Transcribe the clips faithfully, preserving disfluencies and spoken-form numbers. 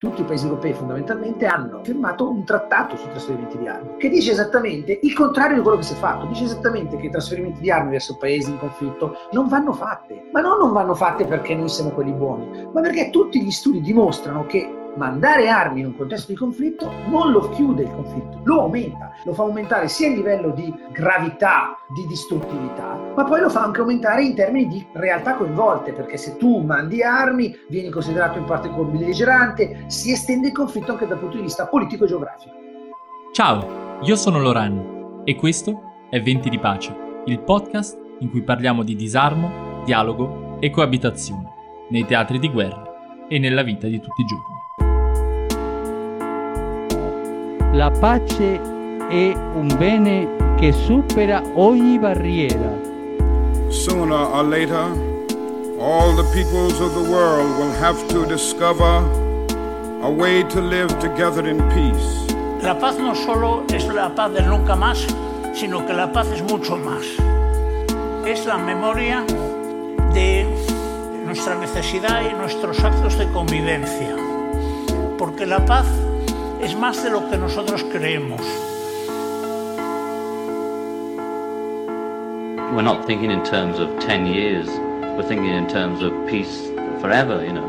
tutti i paesi europei fondamentalmente hanno firmato un trattato sui trasferimenti di armi, che dice esattamente il contrario di quello che si è fatto. Dice esattamente che i trasferimenti di armi verso paesi in conflitto non vanno fatte, ma non non vanno fatte perché noi siamo quelli buoni, ma perché tutti gli studi dimostrano che mandare armi in un contesto di conflitto non lo chiude il conflitto, lo aumenta, lo fa aumentare sia a livello di gravità, di distruttività, ma poi lo fa anche aumentare in termini di realtà coinvolte, perché se tu mandi armi vieni considerato in parte come belligerante, si estende il conflitto anche dal punto di vista politico e geografico. Ciao, io sono Loran e questo è Venti di Pace, il podcast in cui parliamo di disarmo, dialogo e coabitazione nei teatri di guerra e nella vita di tutti i giorni. La pace è un bene che supera ogni barriera. Sooner or later, all the peoples of the world will have to discover a way to live together in peace. La paz no solo es la paz del nunca más, sino que la paz es mucho más. Es la memoria de nuestra necesidad y nuestros actos de convivencia. Porque la paz es más de lo que nosotros creemos. We're not thinking in terms of ten years, we're thinking in terms of peace forever, you know.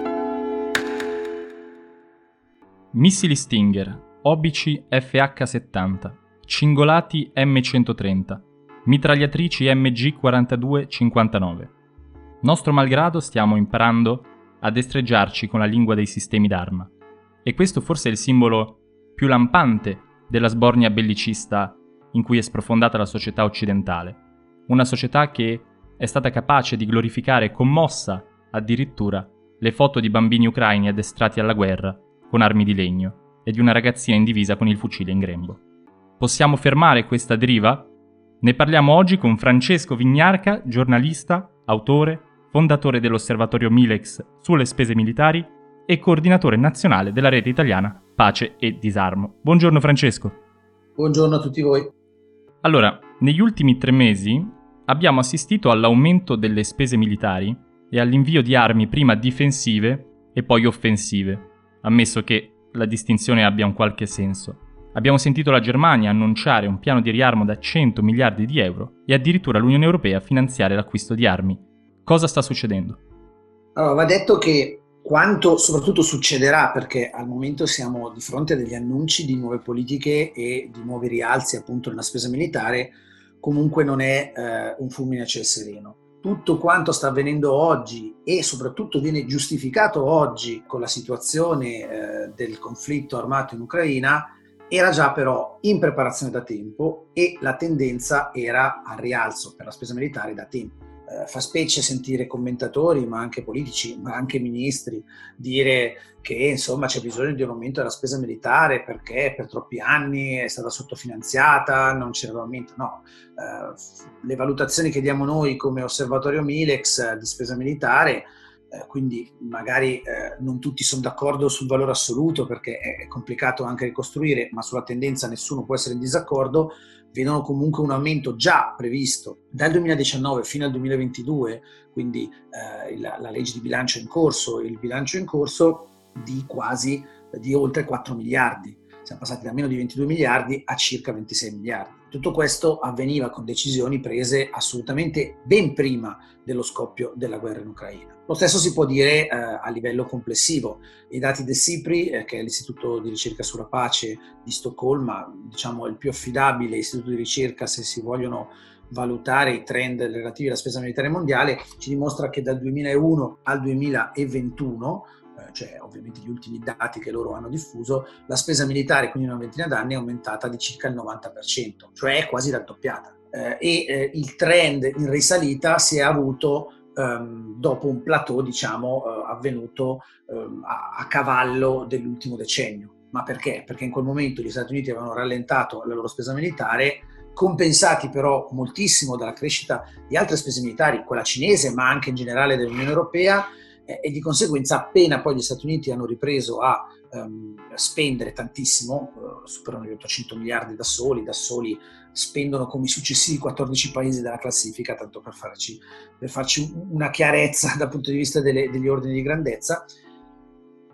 Missili Stinger, obici F H settanta, cingolati M centotrenta, mitragliatrici M G quarantadue cinquantanove. Nostro malgrado stiamo imparando a destreggiarci con la lingua dei sistemi d'arma. E questo forse è il simbolo più lampante della sbornia bellicista in cui è sprofondata la società occidentale. Una società che è stata capace di glorificare commossa addirittura le foto di bambini ucraini addestrati alla guerra con armi di legno e di una ragazzina in divisa con il fucile in grembo. Possiamo fermare questa deriva? Ne parliamo oggi con Francesco Vignarca, giornalista, autore, fondatore dell'osservatorio Milex sulle spese militari e coordinatore nazionale della rete italiana Pace e Disarmo. Buongiorno Francesco. Buongiorno a tutti voi. Allora, negli ultimi tre mesi abbiamo assistito all'aumento delle spese militari e all'invio di armi prima difensive e poi offensive, ammesso che la distinzione abbia un qualche senso. Abbiamo sentito la Germania annunciare un piano di riarmo da cento miliardi di euro e addirittura l'Unione Europea finanziare l'acquisto di armi. Cosa sta succedendo? Allora, va detto che quanto soprattutto succederà, perché al momento siamo di fronte a degli annunci di nuove politiche e di nuovi rialzi appunto nella spesa militare, comunque non è eh, un fulmine a ciel sereno. Tutto quanto sta avvenendo oggi e soprattutto viene giustificato oggi con la situazione eh, del conflitto armato in Ucraina era già però in preparazione da tempo e la tendenza era al rialzo per la spesa militare da tempo. Eh, fa specie sentire commentatori, ma anche politici, ma anche ministri, dire che insomma c'è bisogno di un aumento della spesa militare perché per troppi anni è stata sottofinanziata, non c'era un aumento. No, eh, le valutazioni che diamo noi come osservatorio Milex eh, di spesa militare, eh, quindi magari eh, non tutti sono d'accordo sul valore assoluto perché è complicato anche ricostruire, ma sulla tendenza nessuno può essere in disaccordo, vedono comunque un aumento già previsto dal duemiladiciannove fino al duemilaventidue, quindi eh, la, la legge di bilancio in corso, il bilancio in corso di quasi di oltre quattro miliardi. Siamo passati da meno di ventidue miliardi a circa ventisei miliardi. Tutto questo avveniva con decisioni prese assolutamente ben prima dello scoppio della guerra in Ucraina. Lo stesso si può dire eh, a livello complessivo. I dati del SIPRI, eh, che è l'Istituto di ricerca sulla pace di Stoccolma, diciamo il più affidabile istituto di ricerca se si vogliono valutare i trend relativi alla spesa militare mondiale, ci dimostra che dal duemilauno al duemilaventuno, cioè ovviamente gli ultimi dati che loro hanno diffuso, la spesa militare, quindi una ventina d'anni, è aumentata di circa il novanta per cento, cioè è quasi raddoppiata. Eh, e eh, il trend in risalita si è avuto ehm, dopo un plateau, diciamo, eh, avvenuto ehm, a, a cavallo dell'ultimo decennio. Ma perché? Perché in quel momento gli Stati Uniti avevano rallentato la loro spesa militare, compensati però moltissimo dalla crescita di altre spese militari, quella cinese, ma anche in generale dell'Unione Europea, e di conseguenza appena poi gli Stati Uniti hanno ripreso a um, spendere tantissimo, uh, superano gli ottocento miliardi da soli, da soli spendono come i successivi quattordici paesi della classifica, tanto per farci, per farci una chiarezza dal punto di vista delle, degli ordini di grandezza,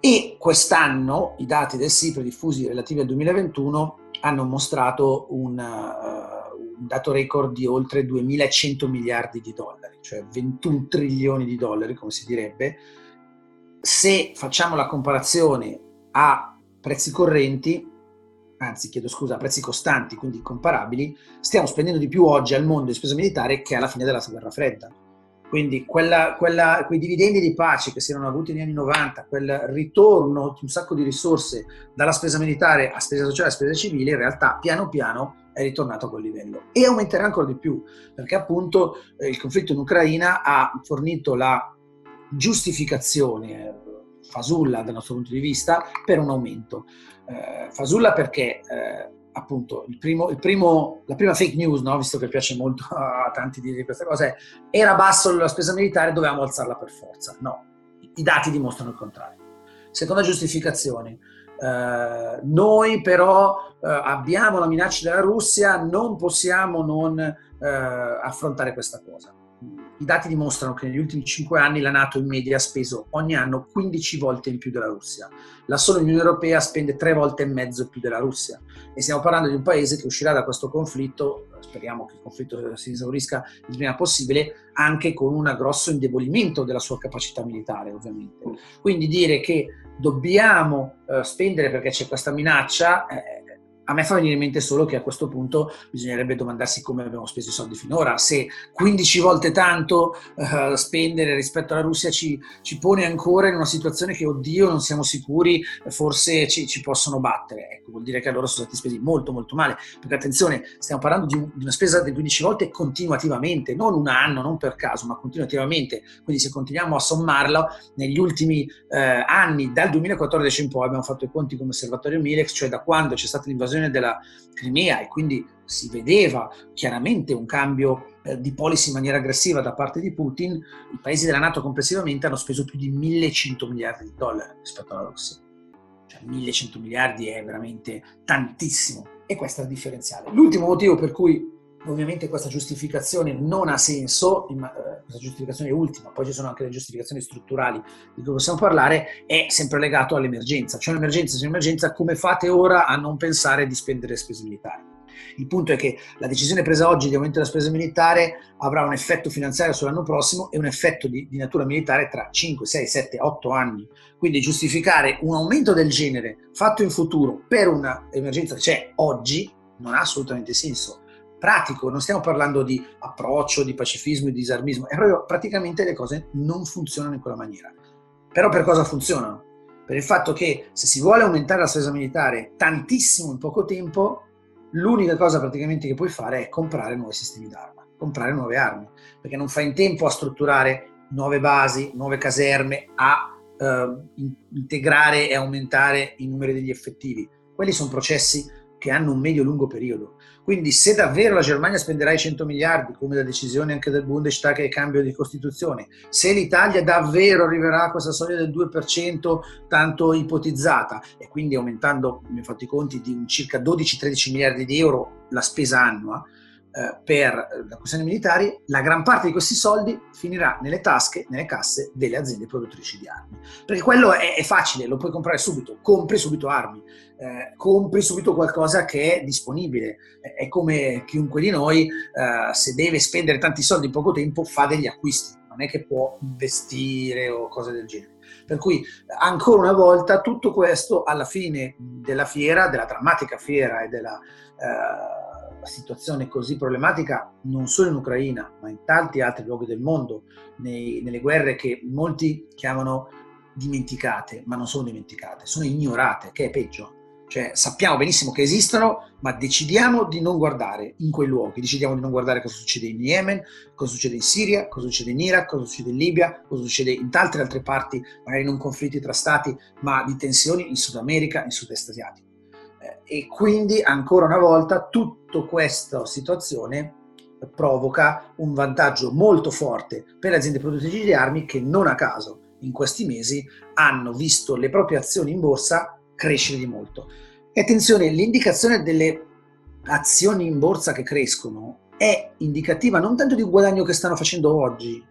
E quest'anno i dati del SIPRE diffusi relativi al duemilaventuno hanno mostrato un, uh, un dato record di oltre duemilacento miliardi di dollari, cioè ventuno trilioni di dollari, come si direbbe. Se facciamo la comparazione a prezzi correnti, anzi chiedo scusa, a prezzi costanti, quindi comparabili, stiamo spendendo di più oggi al mondo in spesa militare che alla fine della guerra fredda. Quindi quella, quella, quei dividendi di pace che si erano avuti negli anni novanta, quel ritorno di un sacco di risorse dalla spesa militare a spesa sociale a spesa civile, in realtà piano piano è ritornato a quel livello e aumenterà ancora di più, perché appunto eh, il conflitto in Ucraina ha fornito la giustificazione eh, fasulla dal nostro punto di vista per un aumento. Eh, fasulla perché eh, appunto il primo, il primo, la prima fake news, no? Visto che piace molto a tanti dire questa cosa, è era basso la spesa militare, dovevamo alzarla per forza. No, i dati dimostrano il contrario. Seconda giustificazione, eh, noi però eh, abbiamo la minaccia della Russia, non possiamo non eh, affrontare questa cosa. I dati dimostrano che negli ultimi cinque anni la NATO in media ha speso ogni anno quindici volte in più della Russia. La sola Unione Europea spende tre volte e mezzo più della Russia. E stiamo parlando di un paese che uscirà da questo conflitto, speriamo che il conflitto si esaurisca il prima possibile, anche con un grosso indebolimento della sua capacità militare, ovviamente. Quindi dire che dobbiamo eh, spendere perché c'è questa minaccia, eh, a me fa venire in mente solo che a questo punto bisognerebbe domandarsi come abbiamo speso i soldi finora. Se quindici volte tanto uh, spendere rispetto alla Russia ci, ci pone ancora in una situazione che, oddio, non siamo sicuri, forse ci, ci possono battere. Ecco, vuol dire che allora sono stati spesi molto molto male, perché attenzione, stiamo parlando di, un, di una spesa di quindici volte continuativamente, non un anno, non per caso, ma continuativamente. Quindi se continuiamo a sommarlo, negli ultimi eh, anni, dal duemilaquattordici in poi, abbiamo fatto i conti come osservatorio Milex, cioè da quando c'è stata l'invasione della Crimea e quindi si vedeva chiaramente un cambio eh, di policy in maniera aggressiva da parte di Putin, i paesi della NATO complessivamente hanno speso più di millecento miliardi di dollari rispetto alla Russia. Cioè millecento miliardi è veramente tantissimo e questo è il differenziale. L'ultimo motivo per cui ovviamente questa giustificazione non ha senso, questa giustificazione ultima, poi ci sono anche le giustificazioni strutturali di cui possiamo parlare, è sempre legato all'emergenza. Cioè un'emergenza, se un'emergenza, come fate ora a non pensare di spendere spese militari? Il punto è che la decisione presa oggi di aumento della spesa militare avrà un effetto finanziario sull'anno prossimo e un effetto di, di natura militare tra cinque, sei, sette, otto anni. Quindi giustificare un aumento del genere fatto in futuro per un'emergenza che c'è oggi non ha assolutamente senso. Pratico, non stiamo parlando di approccio, di pacifismo, di disarmismo, è proprio praticamente le cose non funzionano in quella maniera. Però per cosa funzionano? Per il fatto che se si vuole aumentare la spesa militare tantissimo in poco tempo, l'unica cosa praticamente che puoi fare è comprare nuovi sistemi d'arma, comprare nuove armi, perché non fai in tempo a strutturare nuove basi, nuove caserme, a eh, integrare e aumentare i numeri degli effettivi. Quelli sono processi che hanno un medio-lungo periodo. Quindi se davvero la Germania spenderà i cento miliardi, come la decisione anche del Bundestag e il cambio di Costituzione, se l'Italia davvero arriverà a questa soglia del due per cento tanto ipotizzata, e quindi aumentando, mi ho fatto i conti, di circa dodici tredici miliardi di euro la spesa annua, eh, per le questioni militari, la gran parte di questi soldi finirà nelle tasche, nelle casse delle aziende produttrici di armi. Perché quello è, è facile, lo puoi comprare subito, compri subito armi. Eh, compri subito qualcosa che è disponibile, eh, è come chiunque di noi eh, se deve spendere tanti soldi in poco tempo fa degli acquisti, non è che può investire o cose del genere. Per cui ancora una volta tutto questo alla fine della fiera, della drammatica fiera e della eh, situazione così problematica non solo in Ucraina ma in tanti altri luoghi del mondo, nei, nelle guerre che molti chiamano dimenticate, ma non sono dimenticate, sono ignorate, che è peggio. Cioè sappiamo benissimo che esistono, ma decidiamo di non guardare in quei luoghi, decidiamo di non guardare cosa succede in Yemen, cosa succede in Siria, cosa succede in Iraq, cosa succede in Libia, cosa succede in tante altre parti, magari non conflitti tra stati, ma di tensioni in Sud America, in Sud-Est asiatico. Eh, e quindi ancora una volta tutta questa situazione provoca un vantaggio molto forte per le aziende produttrici di armi che non a caso in questi mesi hanno visto le proprie azioni in borsa crescere di molto. E attenzione, l'indicazione delle azioni in borsa che crescono è indicativa non tanto di un guadagno che stanno facendo oggi,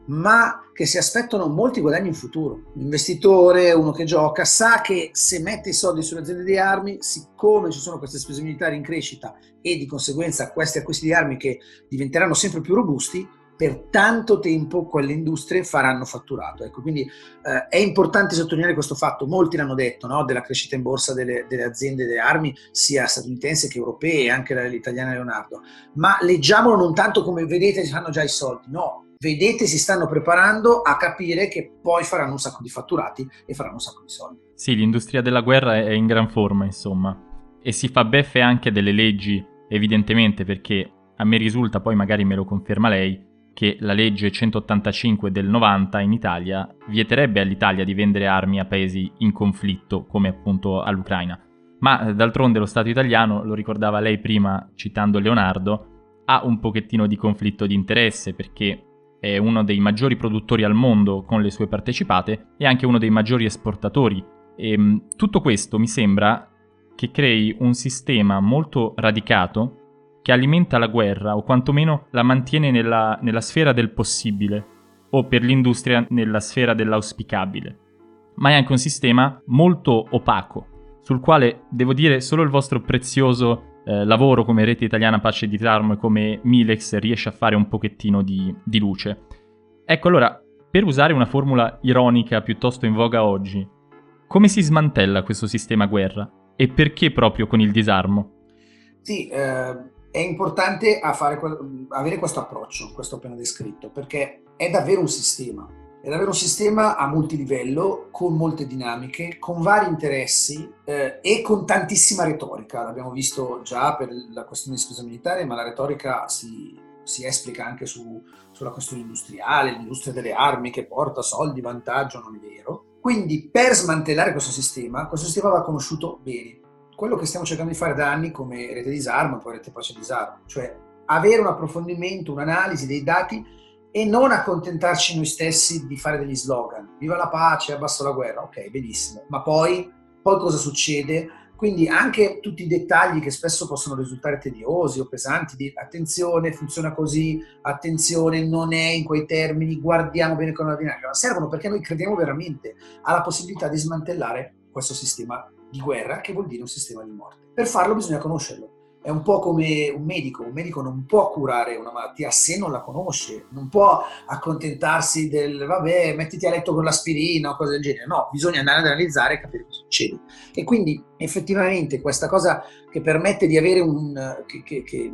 ma che si aspettano molti guadagni in futuro. L'investitore, uno che gioca, sa che se mette i soldi sulle aziende di armi, siccome ci sono queste spese militari in crescita e di conseguenza questi acquisti di armi che diventeranno sempre più robusti, per tanto tempo quelle industrie faranno fatturato. Ecco, quindi eh, è importante sottolineare questo fatto. Molti l'hanno detto, no? Della crescita in borsa delle, delle aziende delle armi, sia statunitense che europee, e anche l'italiana Leonardo. Ma leggiamolo non tanto come vedete si fanno già i soldi, no. Vedete, si stanno preparando a capire che poi faranno un sacco di fatturati e faranno un sacco di soldi. Sì, l'industria della guerra è in gran forma, insomma. E si fa beffe anche delle leggi, evidentemente, perché a me risulta, poi magari me lo conferma lei, che la legge centottantacinque del novanta in Italia vieterebbe all'Italia di vendere armi a paesi in conflitto, come appunto all'Ucraina. Ma d'altronde lo Stato italiano, lo ricordava lei prima citando Leonardo, ha un pochettino di conflitto di interesse perché è uno dei maggiori produttori al mondo con le sue partecipate e anche uno dei maggiori esportatori. E tutto questo mi sembra che crei un sistema molto radicato che alimenta la guerra o quantomeno la mantiene nella, nella sfera del possibile o per l'industria nella sfera dell'auspicabile. Ma è anche un sistema molto opaco, sul quale devo dire solo il vostro prezioso eh, lavoro come Rete Italiana Pace e Disarmo e come Milex riesce a fare un pochettino di, di luce. Ecco, allora, per usare una formula ironica piuttosto in voga oggi, come si smantella questo sistema guerra e perché proprio con il disarmo? Sì, eh... È importante a fare, avere questo approccio, questo appena descritto, perché è davvero un sistema, è davvero un sistema a multilivello, con molte dinamiche, con vari interessi eh, e con tantissima retorica. L'abbiamo visto già per la questione di spesa militare, ma la retorica si, si esplica anche su, sulla questione industriale, l'industria delle armi che porta soldi, vantaggio, non è vero. Quindi per smantellare questo sistema, questo sistema va conosciuto bene. Quello che stiamo cercando di fare da anni come Rete Disarmo e poi Rete Pace e Disarmo, cioè avere un approfondimento, un'analisi dei dati e non accontentarci noi stessi di fare degli slogan. Viva la pace, abbasso la guerra, ok, benissimo, ma poi, poi cosa succede? Quindi anche tutti i dettagli che spesso possono risultare tediosi o pesanti, di attenzione, funziona così, attenzione, non è in quei termini, guardiamo bene con la dinamica, ma servono perché noi crediamo veramente alla possibilità di smantellare questo sistema di guerra, che vuol dire un sistema di morte. Per farlo bisogna conoscerlo. È un po' come un medico, un medico non può curare una malattia se non la conosce, non può accontentarsi del vabbè, mettiti a letto con l'aspirina o cose del genere, no, bisogna andare ad analizzare e capire cosa succede. E quindi effettivamente questa cosa che permette di avere un, che, che, che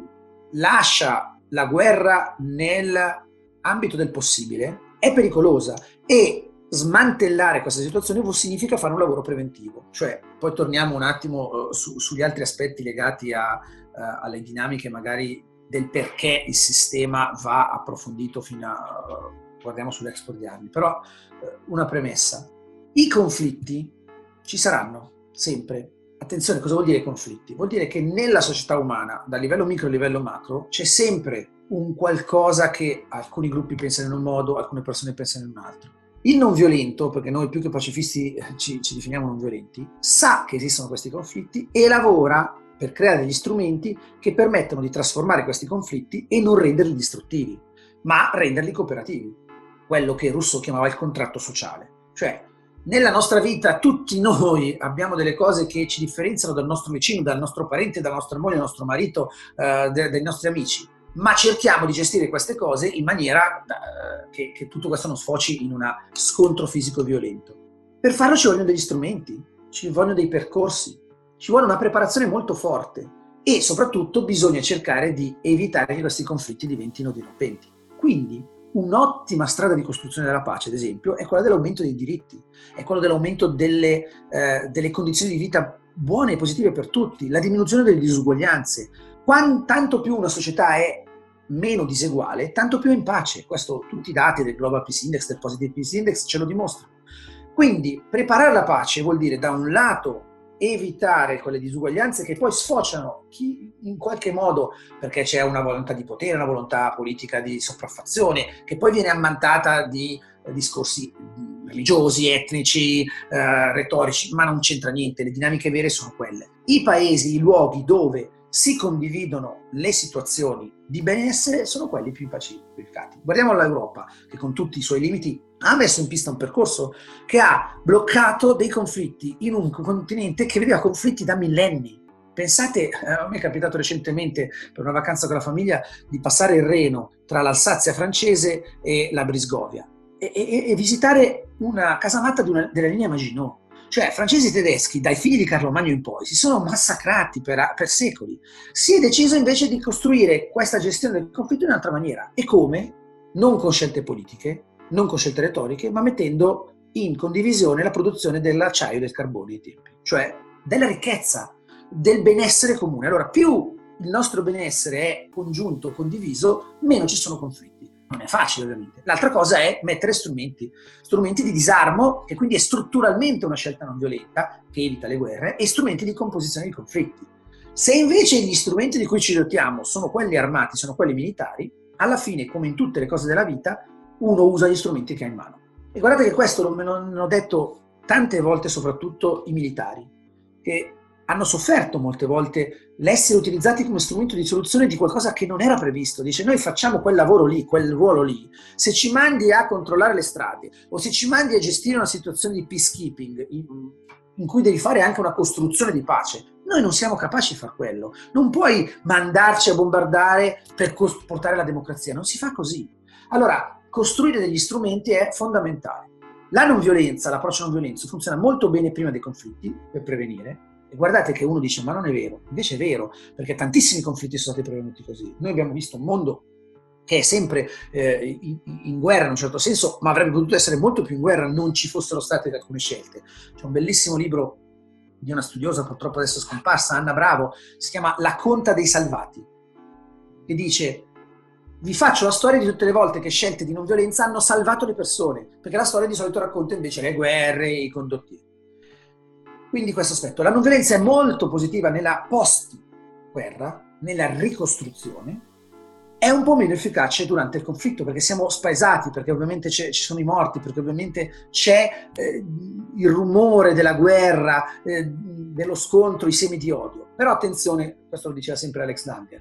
lascia la guerra nell'ambito del possibile, è pericolosa e smantellare questa situazione significa fare un lavoro preventivo, cioè poi torniamo un attimo uh, su, sugli altri aspetti legati a, uh, alle dinamiche magari del perché il sistema va approfondito fino a, uh, guardiamo sull'export di armi, però uh, una premessa, i conflitti ci saranno sempre. Attenzione, cosa vuol dire conflitti? Vuol dire che nella società umana, da livello micro a livello macro, c'è sempre un qualcosa che alcuni gruppi pensano in un modo, alcune persone pensano in un altro. Il non violento, perché noi più che pacifisti ci, ci definiamo non violenti, sa che esistono questi conflitti e lavora per creare degli strumenti che permettono di trasformare questi conflitti e non renderli distruttivi, ma renderli cooperativi. Quello che Rousseau chiamava il contratto sociale. Cioè, nella nostra vita tutti noi abbiamo delle cose che ci differenziano dal nostro vicino, dal nostro parente, dalla nostra moglie, dal nostro marito, eh, dai, dai nostri amici. Ma cerchiamo di gestire queste cose in maniera uh, che, che tutto questo non sfoci in un scontro fisico violento. Per farlo ci vogliono degli strumenti, ci vogliono dei percorsi, ci vuole una preparazione molto forte e soprattutto bisogna cercare di evitare che questi conflitti diventino dirompenti. Quindi un'ottima strada di costruzione della pace, ad esempio, è quella dell'aumento dei diritti, è quello dell'aumento delle, eh, delle condizioni di vita buone e positive per tutti, la diminuzione delle disuguaglianze. Quanto più una società è meno diseguale, tanto più è in pace. Questo tutti i dati del Global Peace Index, del Positive Peace Index ce lo dimostrano. Quindi preparare la pace vuol dire da un lato evitare quelle disuguaglianze che poi sfociano chi in qualche modo, perché c'è una volontà di potere, una volontà politica di sopraffazione, che poi viene ammantata di eh, discorsi religiosi, etnici, eh, retorici, ma non c'entra niente, le dinamiche vere sono quelle. I paesi, i luoghi dove si condividono le situazioni di benessere, sono quelli più pacificati. Guardiamo l'Europa, che con tutti i suoi limiti ha messo in pista un percorso che ha bloccato dei conflitti in un continente che vedeva conflitti da millenni. Pensate, a me è capitato recentemente per una vacanza con la famiglia di passare il Reno tra l'Alsazia francese e la Brisgovia e, e, e visitare una casamatta di una, della linea Maginot. Cioè, francesi e tedeschi, dai figli di Carlo Magno in poi, si sono massacrati per, per secoli. Si è deciso invece di costruire questa gestione del conflitto in un'altra maniera. E come? Non con scelte politiche, non con scelte retoriche, ma mettendo in condivisione la produzione dell'acciaio e del carbone ai tempi. Cioè, della ricchezza, del benessere comune. Allora, più il nostro benessere è congiunto, condiviso, meno ci sono conflitti. Non è facile, ovviamente. L'altra cosa è mettere strumenti, strumenti di disarmo, che quindi è strutturalmente una scelta non violenta, che evita le guerre, e strumenti di composizione dei conflitti. Se invece gli strumenti di cui ci dotiamo sono quelli armati, sono quelli militari, alla fine, come in tutte le cose della vita, uno usa gli strumenti che ha in mano. E guardate che questo me lo hanno detto tante volte, soprattutto i militari, che hanno sofferto molte volte l'essere utilizzati come strumento di soluzione di qualcosa che non era previsto. Dice, noi facciamo quel lavoro lì, quel ruolo lì. Se ci mandi a controllare le strade o se ci mandi a gestire una situazione di peacekeeping in, in cui devi fare anche una costruzione di pace, noi non siamo capaci di far quello. Non puoi mandarci a bombardare per portare la democrazia, non si fa così. Allora, costruire degli strumenti è fondamentale. La non violenza, l'approccio non violenza funziona molto bene prima dei conflitti, per prevenire. E guardate che uno dice, ma non è vero. Invece è vero, perché tantissimi conflitti sono stati prevenuti così. Noi abbiamo visto un mondo che è sempre eh, in, in guerra in un certo senso, ma avrebbe potuto essere molto più in guerra, non ci fossero state alcune scelte. C'è un bellissimo libro di una studiosa, purtroppo adesso scomparsa, Anna Bravo, si chiama La conta dei salvati, che dice: vi faccio la storia di tutte le volte che scelte di non violenza hanno salvato le persone, perché la storia di solito racconta invece le guerre e i condottieri. Quindi questo aspetto. La non violenza è molto positiva nella post-guerra, nella ricostruzione, è un po' meno efficace durante il conflitto, perché siamo spaesati, perché ovviamente ci sono i morti, perché ovviamente c'è eh, il rumore della guerra, eh, dello scontro, i semi di odio. Però attenzione, questo lo diceva sempre Alex Danger,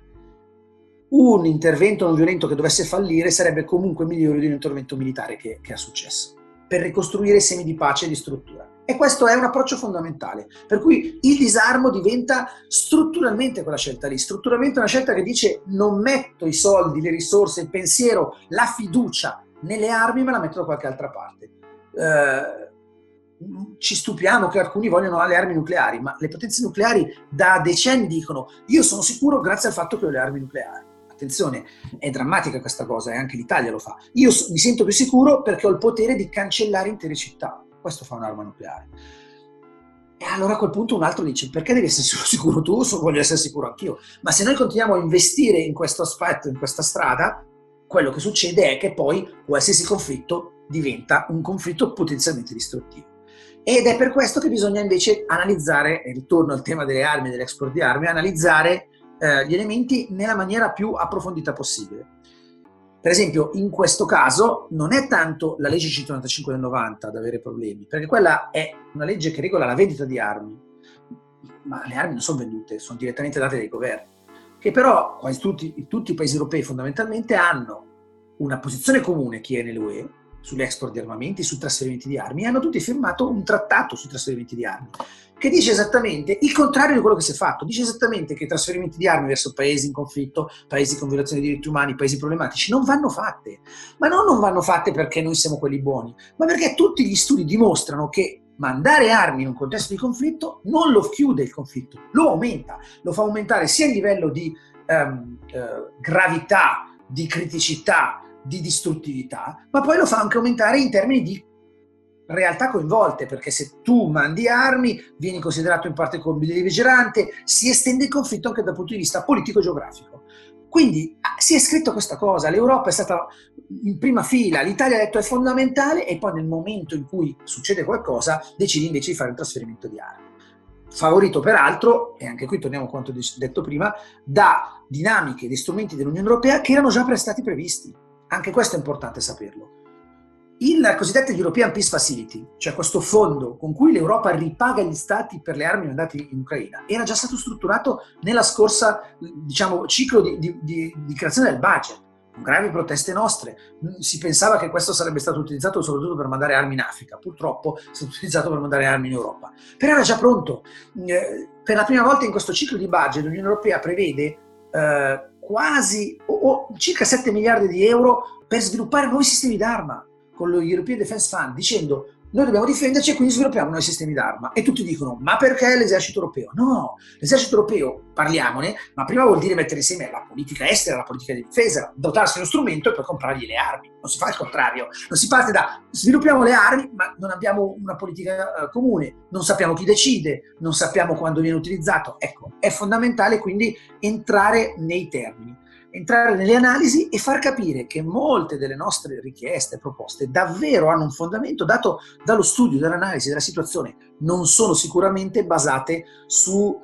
un intervento non violento che dovesse fallire sarebbe comunque migliore di un intervento militare che, che è successo, per ricostruire semi di pace e di struttura. E questo è un approccio fondamentale, per cui il disarmo diventa strutturalmente quella scelta lì, strutturalmente una scelta che dice: non metto i soldi, le risorse, il pensiero, la fiducia nelle armi, ma la metto da qualche altra parte. Eh, ci stupiamo che alcuni vogliono le armi nucleari, ma le potenze nucleari da decenni dicono: io sono sicuro grazie al fatto che ho le armi nucleari. Attenzione, è drammatica questa cosa, e anche l'Italia lo fa. Io mi sento più sicuro perché ho il potere di cancellare intere città. Questo fa un'arma nucleare. E allora a quel punto un altro dice: perché devi essere sicuro tu? Voglio essere sicuro anch'io. Ma se noi continuiamo a investire in questo aspetto, in questa strada, quello che succede è che poi qualsiasi conflitto diventa un conflitto potenzialmente distruttivo. Ed è per questo che bisogna invece analizzare, e ritorno al tema delle armi e dell'export di armi, analizzare eh, gli elementi nella maniera più approfondita possibile. Per esempio, in questo caso non è tanto la legge centonovantacinque del novanta ad avere problemi, perché quella è una legge che regola la vendita di armi, ma le armi non sono vendute, sono direttamente date dai governi, che però quasi tutti, tutti i paesi europei fondamentalmente hanno una posizione comune, chi è nell'U E, sull'export di armamenti, sui trasferimenti di armi, e hanno tutti firmato un trattato sui trasferimenti di armi, che dice esattamente il contrario di quello che si è fatto. Dice esattamente che i trasferimenti di armi verso paesi in conflitto, paesi con violazione dei diritti umani, paesi problematici, non vanno fatte. Ma non non vanno fatte perché noi siamo quelli buoni, ma perché tutti gli studi dimostrano che mandare armi in un contesto di conflitto non lo chiude il conflitto, lo aumenta, lo fa aumentare sia a livello di um, uh, gravità, di criticità, di distruttività, ma poi lo fa anche aumentare in termini di realtà coinvolte, perché se tu mandi armi vieni considerato in parte belligerante, si estende il conflitto anche dal punto di vista politico-geografico. Quindi si è scritto questa cosa, l'Europa è stata in prima fila, l'Italia ha detto è fondamentale, e poi nel momento in cui succede qualcosa decide invece di fare un trasferimento di armi. Favorito peraltro, e anche qui torniamo a quanto detto prima, da dinamiche di strumenti dell'Unione Europea che erano già stati previsti. Anche questo è importante saperlo. il cosiddetto European Peace Facility, cioè questo fondo con cui l'Europa ripaga gli stati per le armi mandate in Ucraina, era già stato strutturato nella scorsa, diciamo, ciclo di, di, di, di creazione del budget, con gravi proteste nostre. Si pensava che questo sarebbe stato utilizzato soprattutto per mandare armi in Africa, purtroppo è stato utilizzato per mandare armi in Europa. Però era già pronto. Eh, per la prima volta in questo ciclo di budget l'Unione Europea prevede eh, quasi o, o circa sette miliardi di euro per sviluppare nuovi sistemi d'arma con lo European Defense Fund, dicendo noi dobbiamo difenderci e quindi sviluppiamo nuovi sistemi d'arma. E tutti dicono, ma perché l'esercito europeo? No, l'esercito europeo, parliamone, ma prima vuol dire mettere insieme la politica estera, la politica di difesa, dotarsi di uno strumento e poi comprargli le armi. Non si fa il contrario, non si parte da sviluppiamo le armi, ma non abbiamo una politica uh, comune, non sappiamo chi decide, non sappiamo quando viene utilizzato. Ecco, è fondamentale quindi entrare nei termini, entrare nelle analisi e far capire che molte delle nostre richieste e proposte davvero hanno un fondamento dato dallo studio, dall'analisi della situazione, non sono sicuramente basate su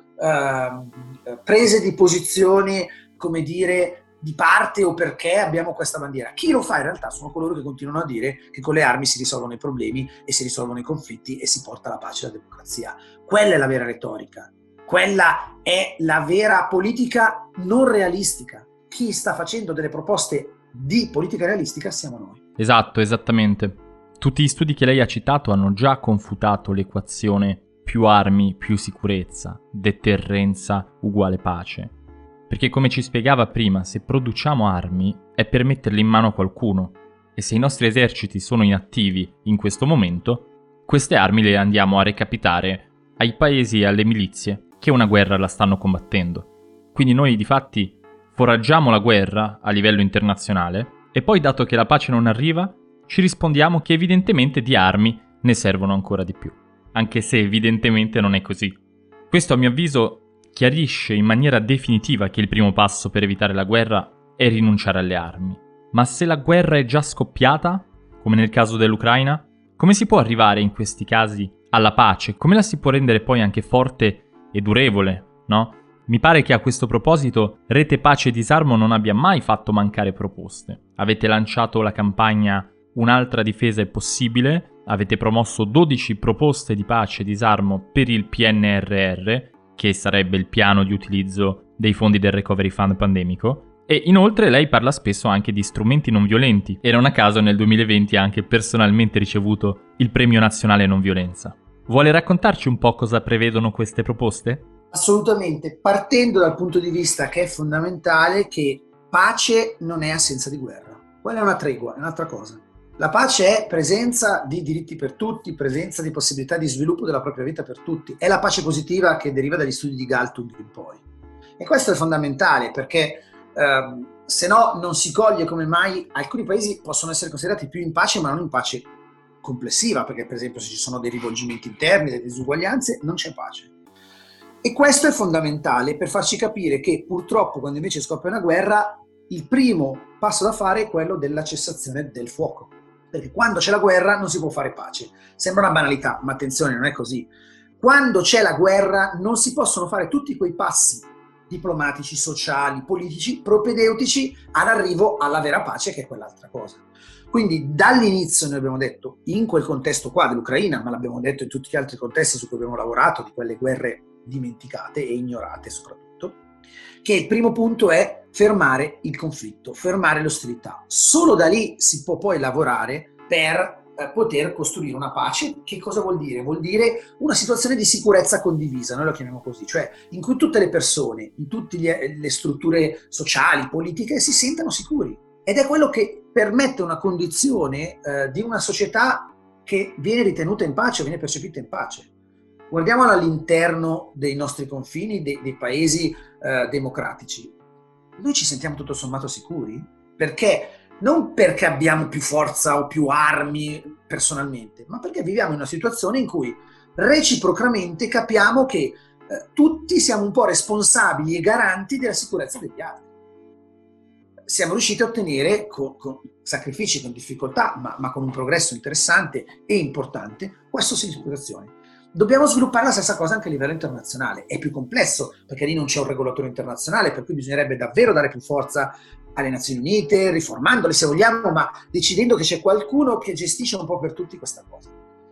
eh, prese di posizione, come dire, di parte o perché abbiamo questa bandiera. Chi lo fa in realtà sono coloro che continuano a dire che con le armi si risolvono i problemi e si risolvono i conflitti e si porta la pace e la democrazia. Quella è la vera retorica, quella è la vera politica non realistica. Chi sta facendo delle proposte di politica realistica siamo noi. Esatto, esattamente. Tutti gli studi che lei ha citato hanno già confutato l'equazione più armi, più sicurezza, deterrenza uguale pace. Perché come ci spiegava prima, se produciamo armi è per metterle in mano a qualcuno. E se i nostri eserciti sono inattivi in questo momento, queste armi le andiamo a recapitare ai paesi e alle milizie che una guerra la stanno combattendo. Quindi noi di fatti foraggiamo la guerra a livello internazionale e poi, dato che la pace non arriva, ci rispondiamo che evidentemente di armi ne servono ancora di più, anche se evidentemente non è così. Questo, a mio avviso, chiarisce in maniera definitiva che il primo passo per evitare la guerra è rinunciare alle armi. Ma se la guerra è già scoppiata, come nel caso dell'Ucraina, come si può arrivare in questi casi alla pace? Come la si può rendere poi anche forte e durevole, no? Mi pare che a questo proposito Rete Pace e Disarmo non abbia mai fatto mancare proposte. Avete lanciato la campagna Un'altra difesa è possibile, avete promosso dodici proposte di pace e disarmo per il P N R R, che sarebbe il piano di utilizzo dei fondi del Recovery Fund pandemico, e inoltre lei parla spesso anche di strumenti non violenti, e non a caso nel duemilaventi ha anche personalmente ricevuto il Premio Nazionale Non Violenza. Vuole raccontarci un po' cosa prevedono queste proposte? Assolutamente, partendo dal punto di vista che è fondamentale che pace non è assenza di guerra. Quella è una tregua, è un'altra cosa. La pace è presenza di diritti per tutti, presenza di possibilità di sviluppo della propria vita per tutti. È la pace positiva che deriva dagli studi di Galtung in poi. E questo è fondamentale perché ehm, se no non si coglie come mai alcuni paesi possono essere considerati più in pace, ma non in pace complessiva, perché per esempio se ci sono dei rivolgimenti interni, delle disuguaglianze, non c'è pace. E questo è fondamentale per farci capire che purtroppo quando invece scoppia una guerra il primo passo da fare è quello della cessazione del fuoco, perché quando c'è la guerra non si può fare pace. Sembra una banalità, ma attenzione, non è così. Quando c'è la guerra non si possono fare tutti quei passi diplomatici, sociali, politici, propedeutici all'arrivo alla vera pace, che è quell'altra cosa. Quindi dall'inizio noi abbiamo detto, in quel contesto qua dell'Ucraina, ma l'abbiamo detto in tutti gli altri contesti su cui abbiamo lavorato, di quelle guerre dimenticate e ignorate soprattutto, che il primo punto è fermare il conflitto, fermare l'ostilità. Solo da lì si può poi lavorare per eh, poter costruire una pace. Che cosa vuol dire? Vuol dire una situazione di sicurezza condivisa, noi la chiamiamo così, cioè in cui tutte le persone, in tutte le strutture sociali, politiche si sentano sicuri. Ed è quello che permette una condizione eh, di una società che viene ritenuta in pace, viene percepita in pace. Guardiamola all'interno dei nostri confini, dei, dei paesi eh, democratici. Noi ci sentiamo tutto sommato sicuri? Perché? Non perché abbiamo più forza o più armi personalmente, ma perché viviamo in una situazione in cui reciprocamente capiamo che eh, tutti siamo un po' responsabili e garanti della sicurezza degli altri. Siamo riusciti a ottenere con, con sacrifici, con difficoltà, ma, ma con un progresso interessante e importante, questa situazione. dobbiamo sviluppare la stessa cosa anche a livello internazionale. È più complesso, perché lì non c'è un regolatore internazionale, per cui bisognerebbe davvero dare più forza alle Nazioni Unite, riformandole se vogliamo, ma decidendo che c'è qualcuno che gestisce un po' per tutti questa cosa.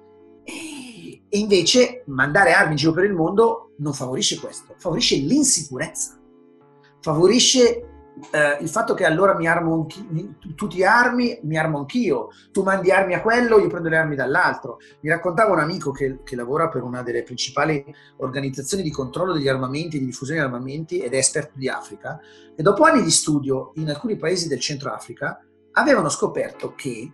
E, e invece mandare armi in giro per il mondo non favorisce questo, favorisce l'insicurezza, favorisce eh, il fatto che allora mi armo anch'io, tu ti armi, mi armo anch'io, tu mandi armi a quello, io prendo le armi dall'altro. Mi raccontava un amico che, che lavora per una delle principali organizzazioni di controllo degli armamenti, di diffusione degli armamenti, ed è esperto di Africa, e dopo anni di studio in alcuni paesi del Centro Africa avevano scoperto che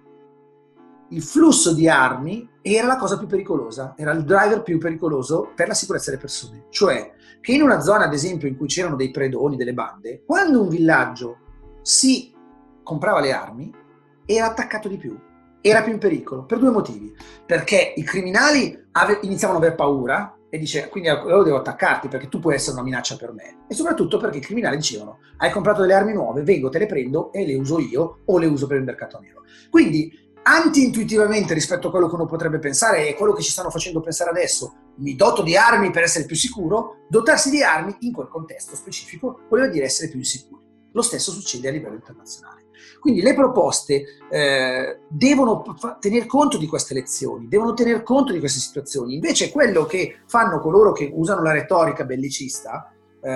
il flusso di armi era la cosa più pericolosa, era il driver più pericoloso per la sicurezza delle persone. Cioè che in una zona, ad esempio, in cui c'erano dei predoni, delle bande, quando un villaggio si comprava le armi, era attaccato di più, era più in pericolo, per due motivi. Perché i criminali ave- iniziavano ad aver paura, e dice, quindi allora devo attaccarti perché tu puoi essere una minaccia per me. E soprattutto perché i criminali dicevano, hai comprato delle armi nuove, vengo, te le prendo e le uso io, o le uso per il mercato nero. Quindi, anti-intuitivamente rispetto a quello che uno potrebbe pensare e quello che ci stanno facendo pensare adesso, mi doto di armi per essere più sicuro, dotarsi di armi in quel contesto specifico voleva dire essere più insicuri. Lo stesso succede a livello internazionale. Quindi le proposte eh, devono fa- tener conto di queste lezioni, devono tener conto di queste situazioni. Invece quello che fanno coloro che usano la retorica bellicista,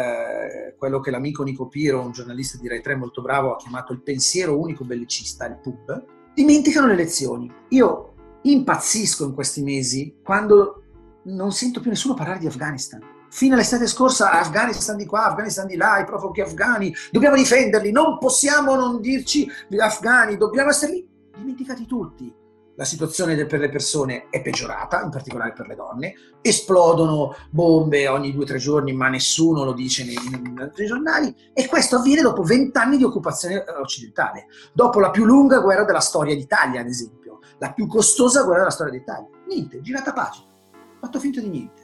eh, quello che l'amico Nico Piro, un giornalista di Rai tre molto bravo, ha chiamato il pensiero unico bellicista, il P U B, dimenticano le lezioni. Io impazzisco in questi mesi quando non sento più nessuno parlare di Afghanistan. Fino all'estate scorsa, Afghanistan di qua, Afghanistan di là, i profughi afghani, dobbiamo difenderli, non possiamo non dirci afghani, dobbiamo esserli dimenticati tutti. La situazione per le persone è peggiorata, in particolare per le donne, esplodono bombe ogni due o tre giorni, ma nessuno lo dice nei, nei giornali, e questo avviene dopo vent'anni di occupazione occidentale, dopo la più lunga guerra della storia d'Italia, ad esempio, la più costosa guerra della storia d'Italia. Niente, girata pagina, fatto finta di niente.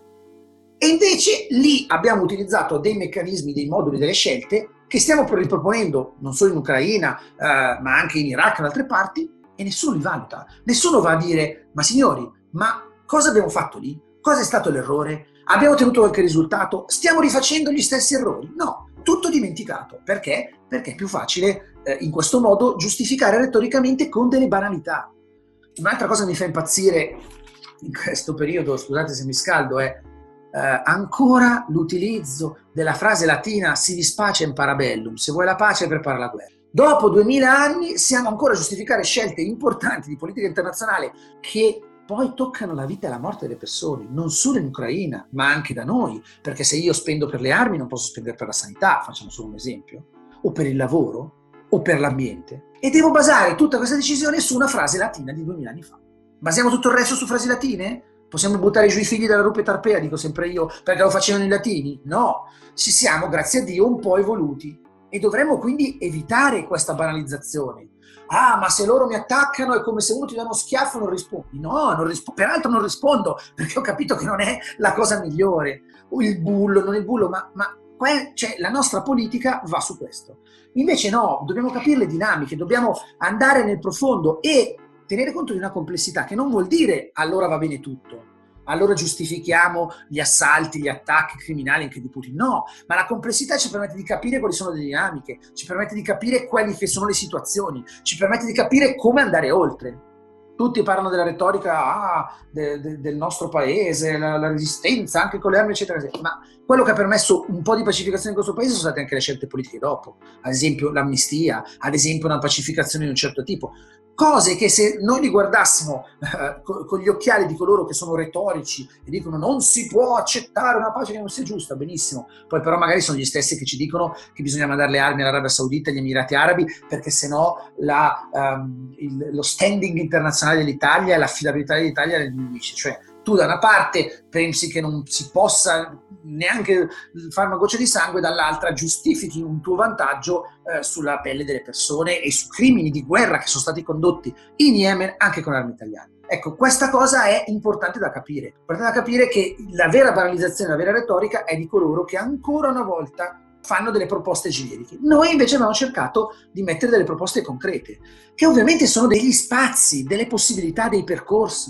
E invece lì abbiamo utilizzato dei meccanismi, dei moduli, delle scelte che stiamo riproponendo non solo in Ucraina, eh, ma anche in Iraq e in altre parti, e nessuno li valuta. Nessuno va a dire, ma signori, ma cosa abbiamo fatto lì? Cosa è stato l'errore? Abbiamo ottenuto qualche risultato? Stiamo rifacendo gli stessi errori? No, tutto dimenticato. Perché? Perché è più facile eh, in questo modo giustificare retoricamente con delle banalità. Un'altra cosa che mi fa impazzire in questo periodo, scusate se mi scaldo, è eh, ancora l'utilizzo della frase latina si vis pacem para bellum, se vuoi la pace prepara la guerra. Dopo duemila anni siamo ancora a giustificare scelte importanti di politica internazionale che poi toccano la vita e la morte delle persone, non solo in Ucraina, ma anche da noi, perché se io spendo per le armi non posso spendere per la sanità, facciamo solo un esempio, o per il lavoro, o per l'ambiente, e devo basare tutta questa decisione su una frase latina di duemila anni fa. Basiamo tutto il resto su frasi latine? Possiamo buttare giù i figli della rupe Tarpea, dico sempre io, perché lo facevano i latini? No, ci siamo, grazie a Dio, un po' evoluti. E dovremmo quindi evitare questa banalizzazione. Ah, ma se loro mi attaccano è come se uno ti dà uno schiaffo e non rispondi. No, non rispo- peraltro non rispondo, perché ho capito che non è la cosa migliore. O il bullo, non il bullo, ma, ma cioè, la nostra politica va su questo. Invece no, dobbiamo capire le dinamiche, dobbiamo andare nel profondo e tenere conto di una complessità che non vuol dire allora va bene tutto. Allora giustifichiamo gli assalti, gli attacchi criminali anche di Putin. No, ma la complessità ci permette di capire quali sono le dinamiche, ci permette di capire quali che sono le situazioni, ci permette di capire come andare oltre. Tutti parlano della retorica ah, de, de, del nostro paese, la, la resistenza anche con le armi eccetera, eccetera, ma quello che ha permesso un po' di pacificazione in questo paese sono state anche le scelte politiche dopo, ad esempio l'amnistia, ad esempio una pacificazione di un certo tipo. Cose che se noi li guardassimo eh, con, con gli occhiali di coloro che sono retorici e dicono non si può accettare una pace che non sia giusta, benissimo, poi però magari sono gli stessi che ci dicono che bisogna mandare le armi all'Arabia Saudita e agli Emirati Arabi perché sennò la, um, il, lo standing internazionale dell'Italia e l'affidabilità dell'Italia ne diminuisce. Cioè tu da una parte pensi che non si possa neanche fare una goccia di sangue, dall'altra giustifichi un tuo vantaggio eh, sulla pelle delle persone e su crimini di guerra che sono stati condotti in Yemen anche con armi italiane. Ecco, questa cosa è importante da capire. Importante da capire che la vera banalizzazione, la vera retorica è di coloro che ancora una volta fanno delle proposte generiche. Noi invece abbiamo cercato di mettere delle proposte concrete, che ovviamente sono degli spazi, delle possibilità, dei percorsi.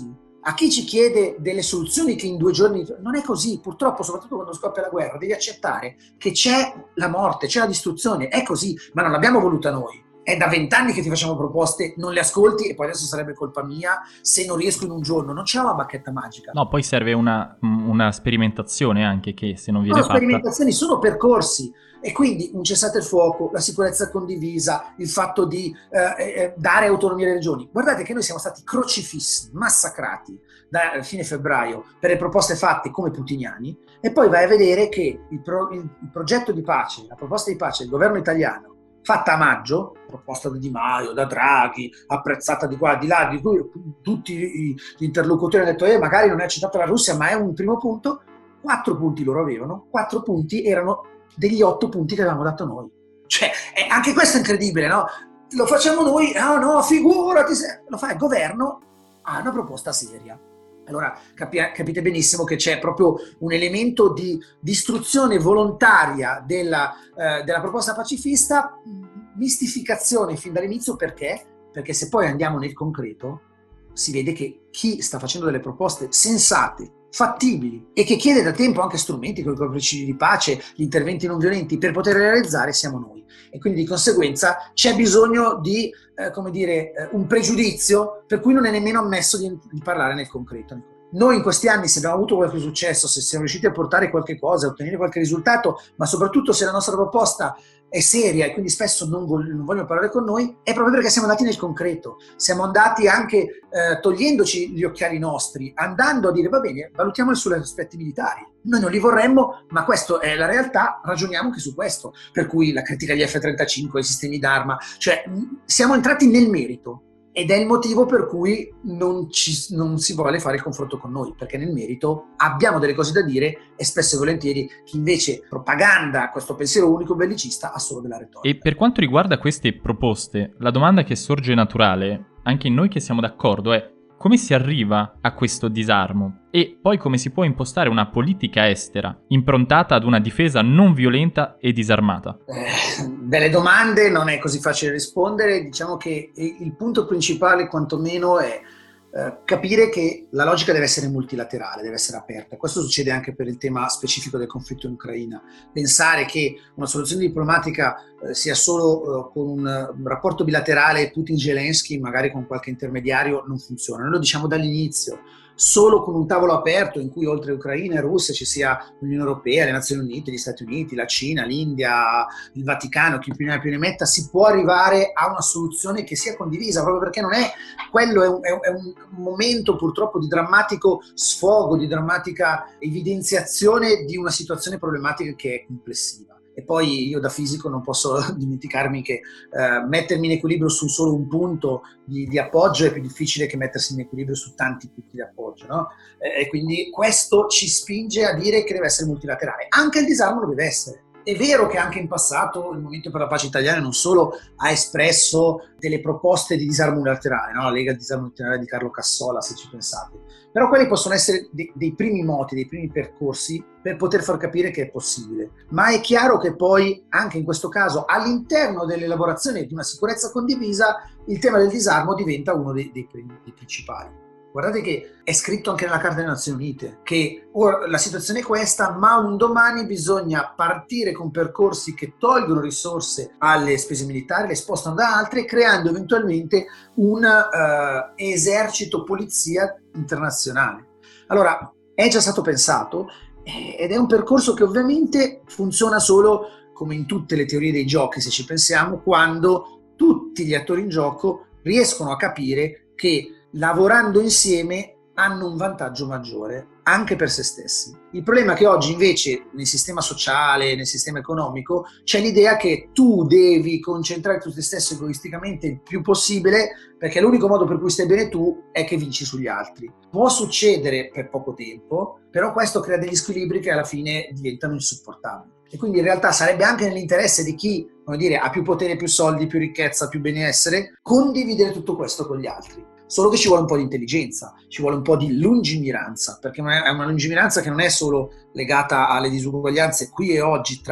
A chi ci chiede delle soluzioni che in due giorni... Non è così, purtroppo, soprattutto quando scoppia la guerra, devi accettare che c'è la morte, c'è la distruzione, è così, ma non l'abbiamo voluta noi. È da vent'anni che ti facciamo proposte, non le ascolti e poi adesso sarebbe colpa mia se non riesco in un giorno. Non c'è una bacchetta magica. No, poi serve una, una sperimentazione anche, che se non viene no, fatta... sperimentazioni sono percorsi. E quindi un cessate il fuoco, la sicurezza condivisa, il fatto di eh, eh, dare autonomia alle regioni. Guardate che noi siamo stati crocifissi, massacrati da fine febbraio per le proposte fatte come putiniani, e poi vai a vedere che il, pro, il, il progetto di pace, la proposta di pace del governo italiano, fatta a maggio, proposta da Di Maio, da Draghi, apprezzata di qua, di là, di cui tutti gli interlocutori hanno detto eh, magari non è accettata la Russia, ma è un primo punto. Quattro punti loro avevano, quattro punti erano degli otto punti che avevamo dato noi. Cioè, eh, anche questo è incredibile, no? Lo facciamo noi, no, no, figurati, se... lo fa il governo, ha una proposta seria. Allora capi- capite benissimo che c'è proprio un elemento di distruzione volontaria della, eh, della proposta pacifista, mistificazione fin dall'inizio. Perché? Perché se poi andiamo nel concreto si vede che chi sta facendo delle proposte sensate, fattibili e che chiede da tempo anche strumenti come i principi di pace, gli interventi non violenti per poter realizzare, siamo noi. E quindi di conseguenza c'è bisogno di, eh, come dire, eh, un pregiudizio per cui non è nemmeno ammesso di, di parlare nel concreto. Noi in questi anni, se abbiamo avuto qualche successo, se siamo riusciti a portare qualche cosa, a ottenere qualche risultato, ma soprattutto se la nostra proposta è seria e quindi spesso non, vol- non vogliono parlare con noi, è proprio perché siamo andati nel concreto. Siamo andati anche eh, togliendoci gli occhiali nostri, andando a dire va bene, valutiamo sugli aspetti militari. Noi non li vorremmo, ma questa è la realtà, ragioniamo anche su questo. Per cui la critica agli F trentacinque, ai sistemi d'arma, cioè siamo entrati nel merito. Ed è il motivo per cui non, ci, non si vuole fare il confronto con noi, perché nel merito abbiamo delle cose da dire e spesso e volentieri chi invece propaganda questo pensiero unico bellicista ha solo della retorica. E per quanto riguarda queste proposte, la domanda che sorge naturale, anche in noi che siamo d'accordo, è come si arriva a questo disarmo? E poi come si può impostare una politica estera improntata ad una difesa non violenta e disarmata? Eh, delle domande non è così facile rispondere. Diciamo che il punto principale quantomeno è eh, capire che la logica deve essere multilaterale, deve essere aperta. Questo succede anche per il tema specifico del conflitto in Ucraina. Pensare che una soluzione diplomatica eh, sia solo eh, con un, un rapporto bilaterale Putin-Zelensky, magari con qualche intermediario, non funziona. Noi lo diciamo dall'inizio. Solo con un tavolo aperto in cui oltre Ucraina e Russia ci sia l'Unione Europea, le Nazioni Unite, gli Stati Uniti, la Cina, l'India, il Vaticano, chi più ne ha più ne metta, si può arrivare a una soluzione che sia condivisa, proprio perché non è quello, è un, è un momento purtroppo di drammatico sfogo, di drammatica evidenziazione di una situazione problematica che è complessiva. E poi io da fisico non posso dimenticarmi che eh, mettermi in equilibrio su solo un punto di, di appoggio è più difficile che mettersi in equilibrio su tanti punti di appoggio, no? E, e quindi questo ci spinge a dire che deve essere multilaterale. Anche il disarmo lo deve essere. È vero che anche in passato il Movimento per la Pace Italiana non solo ha espresso delle proposte di disarmo unilaterale, no? La Lega di disarmo unilaterale di Carlo Cassola, se ci pensate, però quelli possono essere dei, dei primi moti, dei primi percorsi per poter far capire che è possibile. Ma è chiaro che poi, anche in questo caso, all'interno dell'elaborazione di una sicurezza condivisa, il tema del disarmo diventa uno dei, dei, dei principali. Guardate che è scritto anche nella Carta delle Nazioni Unite che ora la situazione è questa, ma un domani bisogna partire con percorsi che tolgono risorse alle spese militari, le spostano da altre, creando eventualmente un uh, esercito polizia internazionale. Allora, è già stato pensato ed è un percorso che ovviamente funziona solo, come in tutte le teorie dei giochi, se ci pensiamo, quando tutti gli attori in gioco riescono a capire che lavorando insieme hanno un vantaggio maggiore anche per se stessi. Il problema è che oggi invece nel sistema sociale, nel sistema economico c'è l'idea che tu devi concentrare su te stesso egoisticamente il più possibile, perché l'unico modo per cui stai bene tu è che vinci sugli altri. Può succedere per poco tempo, però questo crea degli squilibri che alla fine diventano insopportabili. E quindi in realtà sarebbe anche nell'interesse di chi, come dire, ha più potere, più soldi, più ricchezza, più benessere, condividere tutto questo con gli altri. Solo che ci vuole un po' di intelligenza, ci vuole un po' di lungimiranza, perché è una lungimiranza che non è solo legata alle disuguaglianze qui e oggi tra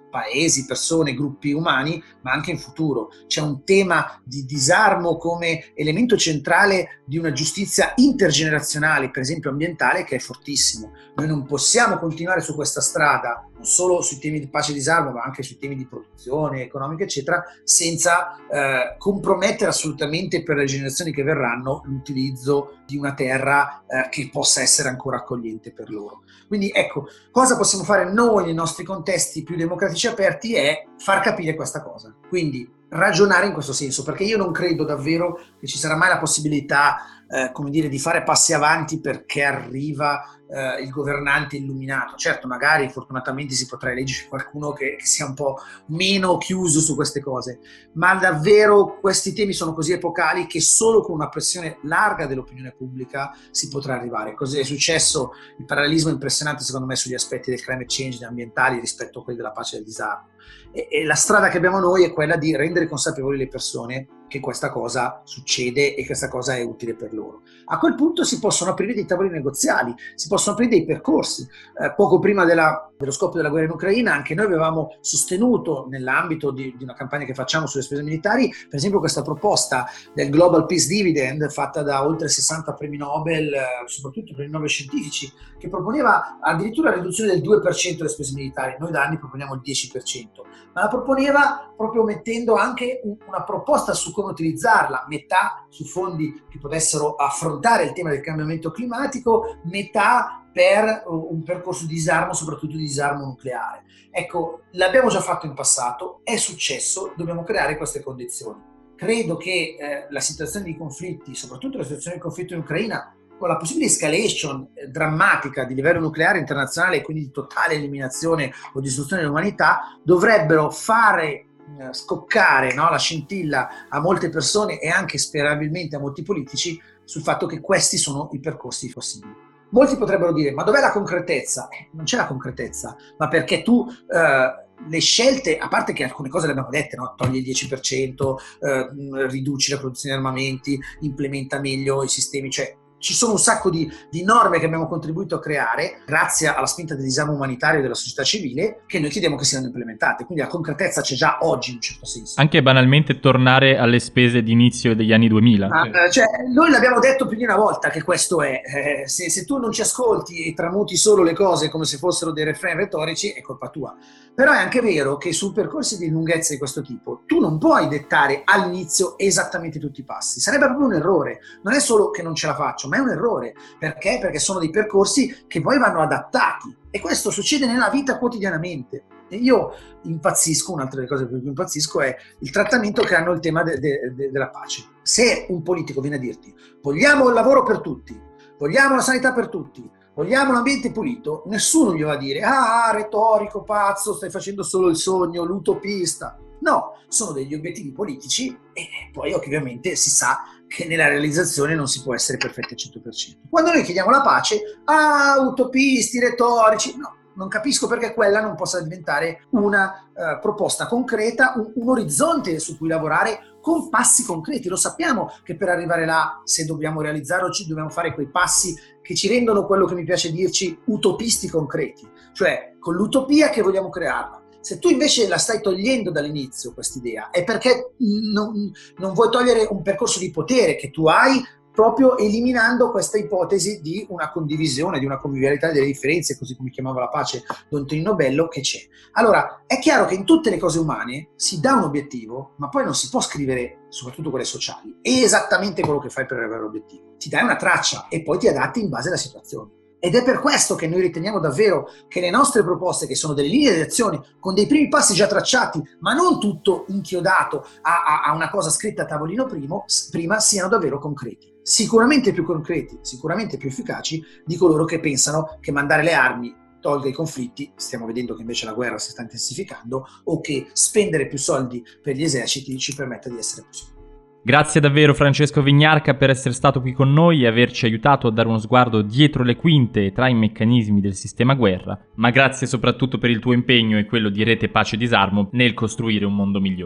paesi, persone, gruppi umani, ma anche in futuro. C'è un tema di disarmo come elemento centrale di una giustizia intergenerazionale, per esempio ambientale, che è fortissimo. Noi non possiamo continuare su questa strada, non solo sui temi di pace e disarmo, ma anche sui temi di produzione economica, eccetera, senza eh, compromettere assolutamente per le generazioni che verranno l'utilizzo di una terra eh, che possa essere ancora accogliente per loro. Quindi ecco, cosa possiamo fare noi nei nostri contesti più democratici aperti è far capire questa cosa. Quindi ragionare in questo senso, perché io non credo davvero che ci sarà mai la possibilità eh, come dire, di fare passi avanti perché arriva eh, il governante illuminato. Certo, magari fortunatamente si potrà eleggere qualcuno che, che sia un po' meno chiuso su queste cose, ma davvero questi temi sono così epocali che solo con una pressione larga dell'opinione pubblica si potrà arrivare. Così è successo, il parallelismo impressionante secondo me sugli aspetti del climate change ambientali rispetto a quelli della pace e del disarmo. E, e la strada che abbiamo noi è quella di rendere consapevoli le persone che questa cosa succede e che questa cosa è utile per loro. A quel punto si possono aprire dei tavoli negoziali, si possono aprire dei percorsi. Eh, poco prima della, dello scoppio della guerra in Ucraina anche noi avevamo sostenuto nell'ambito di, di una campagna che facciamo sulle spese militari, per esempio questa proposta del Global Peace Dividend fatta da oltre sessanta premi Nobel, eh, soprattutto premi Nobel scientifici, che proponeva addirittura la riduzione del due per cento delle spese militari. Noi da anni proponiamo il dieci per cento, ma la proponeva proprio mettendo anche un, una proposta su come utilizzarla, metà su fondi che potessero affrontare il tema del cambiamento climatico, metà per un percorso di disarmo, soprattutto di disarmo nucleare. Ecco, l'abbiamo già fatto in passato, è successo, dobbiamo creare queste condizioni. Credo che eh, la situazione di conflitti, soprattutto la situazione di conflitto in Ucraina, con la possibile escalation eh, drammatica di livello nucleare internazionale e quindi di totale eliminazione o distruzione dell'umanità, dovrebbero fare scoccare, no, la scintilla a molte persone e anche sperabilmente a molti politici sul fatto che questi sono i percorsi possibili. Molti potrebbero dire: ma dov'è la concretezza? Eh, non c'è la concretezza, ma perché tu eh, le scelte, a parte che alcune cose le abbiamo dette, no? Togli il dieci per cento, eh, riduci la produzione di armamenti, implementa meglio i sistemi, cioè ci sono un sacco di, di norme che abbiamo contribuito a creare grazie alla spinta del disarmo umanitario della società civile, che noi chiediamo che siano implementate. Quindi la concretezza c'è già oggi in un certo senso. Anche banalmente tornare alle spese d'inizio degli anni duemila. Ah, cioè, noi l'abbiamo detto più di una volta che questo è. Eh, se, se tu non ci ascolti e tramuti solo le cose come se fossero dei refrain retorici, è colpa tua. Però è anche vero che su percorsi di lunghezza di questo tipo tu non puoi dettare all'inizio esattamente tutti i passi. Sarebbe proprio un errore. Non è solo che non ce la faccio, ma è un errore. Perché? Perché sono dei percorsi che poi vanno adattati, e questo succede nella vita quotidianamente. E io impazzisco, un'altra delle cose per cui impazzisco è il trattamento che hanno il tema de- de- de- della pace. Se un politico viene a dirti: vogliamo il lavoro per tutti, vogliamo la sanità per tutti, vogliamo un ambiente pulito, nessuno gli va a dire: ah, retorico, pazzo, stai facendo solo il sogno, l'utopista. No, sono degli obiettivi politici e poi ovviamente si sa che nella realizzazione non si può essere perfetti al cento per cento. Quando noi chiediamo la pace, ah, utopisti, retorici, no, non capisco perché quella non possa diventare una uh, proposta concreta, un, un orizzonte su cui lavorare con passi concreti. Lo sappiamo che per arrivare là, se dobbiamo realizzarlo, ci dobbiamo fare quei passi che ci rendono, quello che mi piace dirci, utopisti concreti, cioè con l'utopia che vogliamo crearla. Se tu invece la stai togliendo dall'inizio quest'idea, è perché non, non vuoi togliere un percorso di potere che tu hai, proprio eliminando questa ipotesi di una condivisione, di una convivialità delle differenze, così come chiamava la pace Don Tonino Bello, che c'è. Allora, è chiaro che in tutte le cose umane si dà un obiettivo, ma poi non si può scrivere, soprattutto quelle sociali, esattamente quello che fai per arrivare all'obiettivo. Ti dai una traccia e poi ti adatti in base alla situazione. Ed è per questo che noi riteniamo davvero che le nostre proposte, che sono delle linee di azione con dei primi passi già tracciati, ma non tutto inchiodato a, a, a una cosa scritta a tavolino primo, prima, siano davvero concreti. Sicuramente più concreti, sicuramente più efficaci di coloro che pensano che mandare le armi tolga i conflitti, stiamo vedendo che invece la guerra si sta intensificando, o che spendere più soldi per gli eserciti ci permetta di essere possibili. Grazie davvero Francesco Vignarca per essere stato qui con noi e averci aiutato a dare uno sguardo dietro le quinte e tra i meccanismi del sistema guerra, ma grazie soprattutto per il tuo impegno e quello di Rete Pace Disarmo nel costruire un mondo migliore.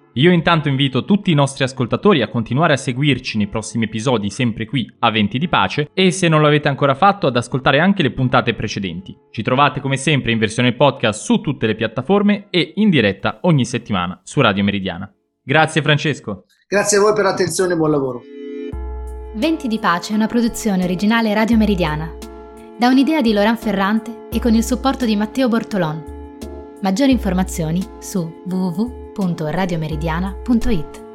Io intanto invito tutti i nostri ascoltatori a continuare a seguirci nei prossimi episodi sempre qui a Venti di Pace e se non l'avete ancora fatto ad ascoltare anche le puntate precedenti. Ci trovate come sempre in versione podcast su tutte le piattaforme e in diretta ogni settimana su Radio Meridiana. Grazie Francesco. Grazie a voi per l'attenzione e buon lavoro. Venti di Pace è una produzione originale Radio Meridiana. Da un'idea di Laurent Ferrante e con il supporto di Matteo Bortolon. Maggiori informazioni su w w w punto radiomeridiana punto it.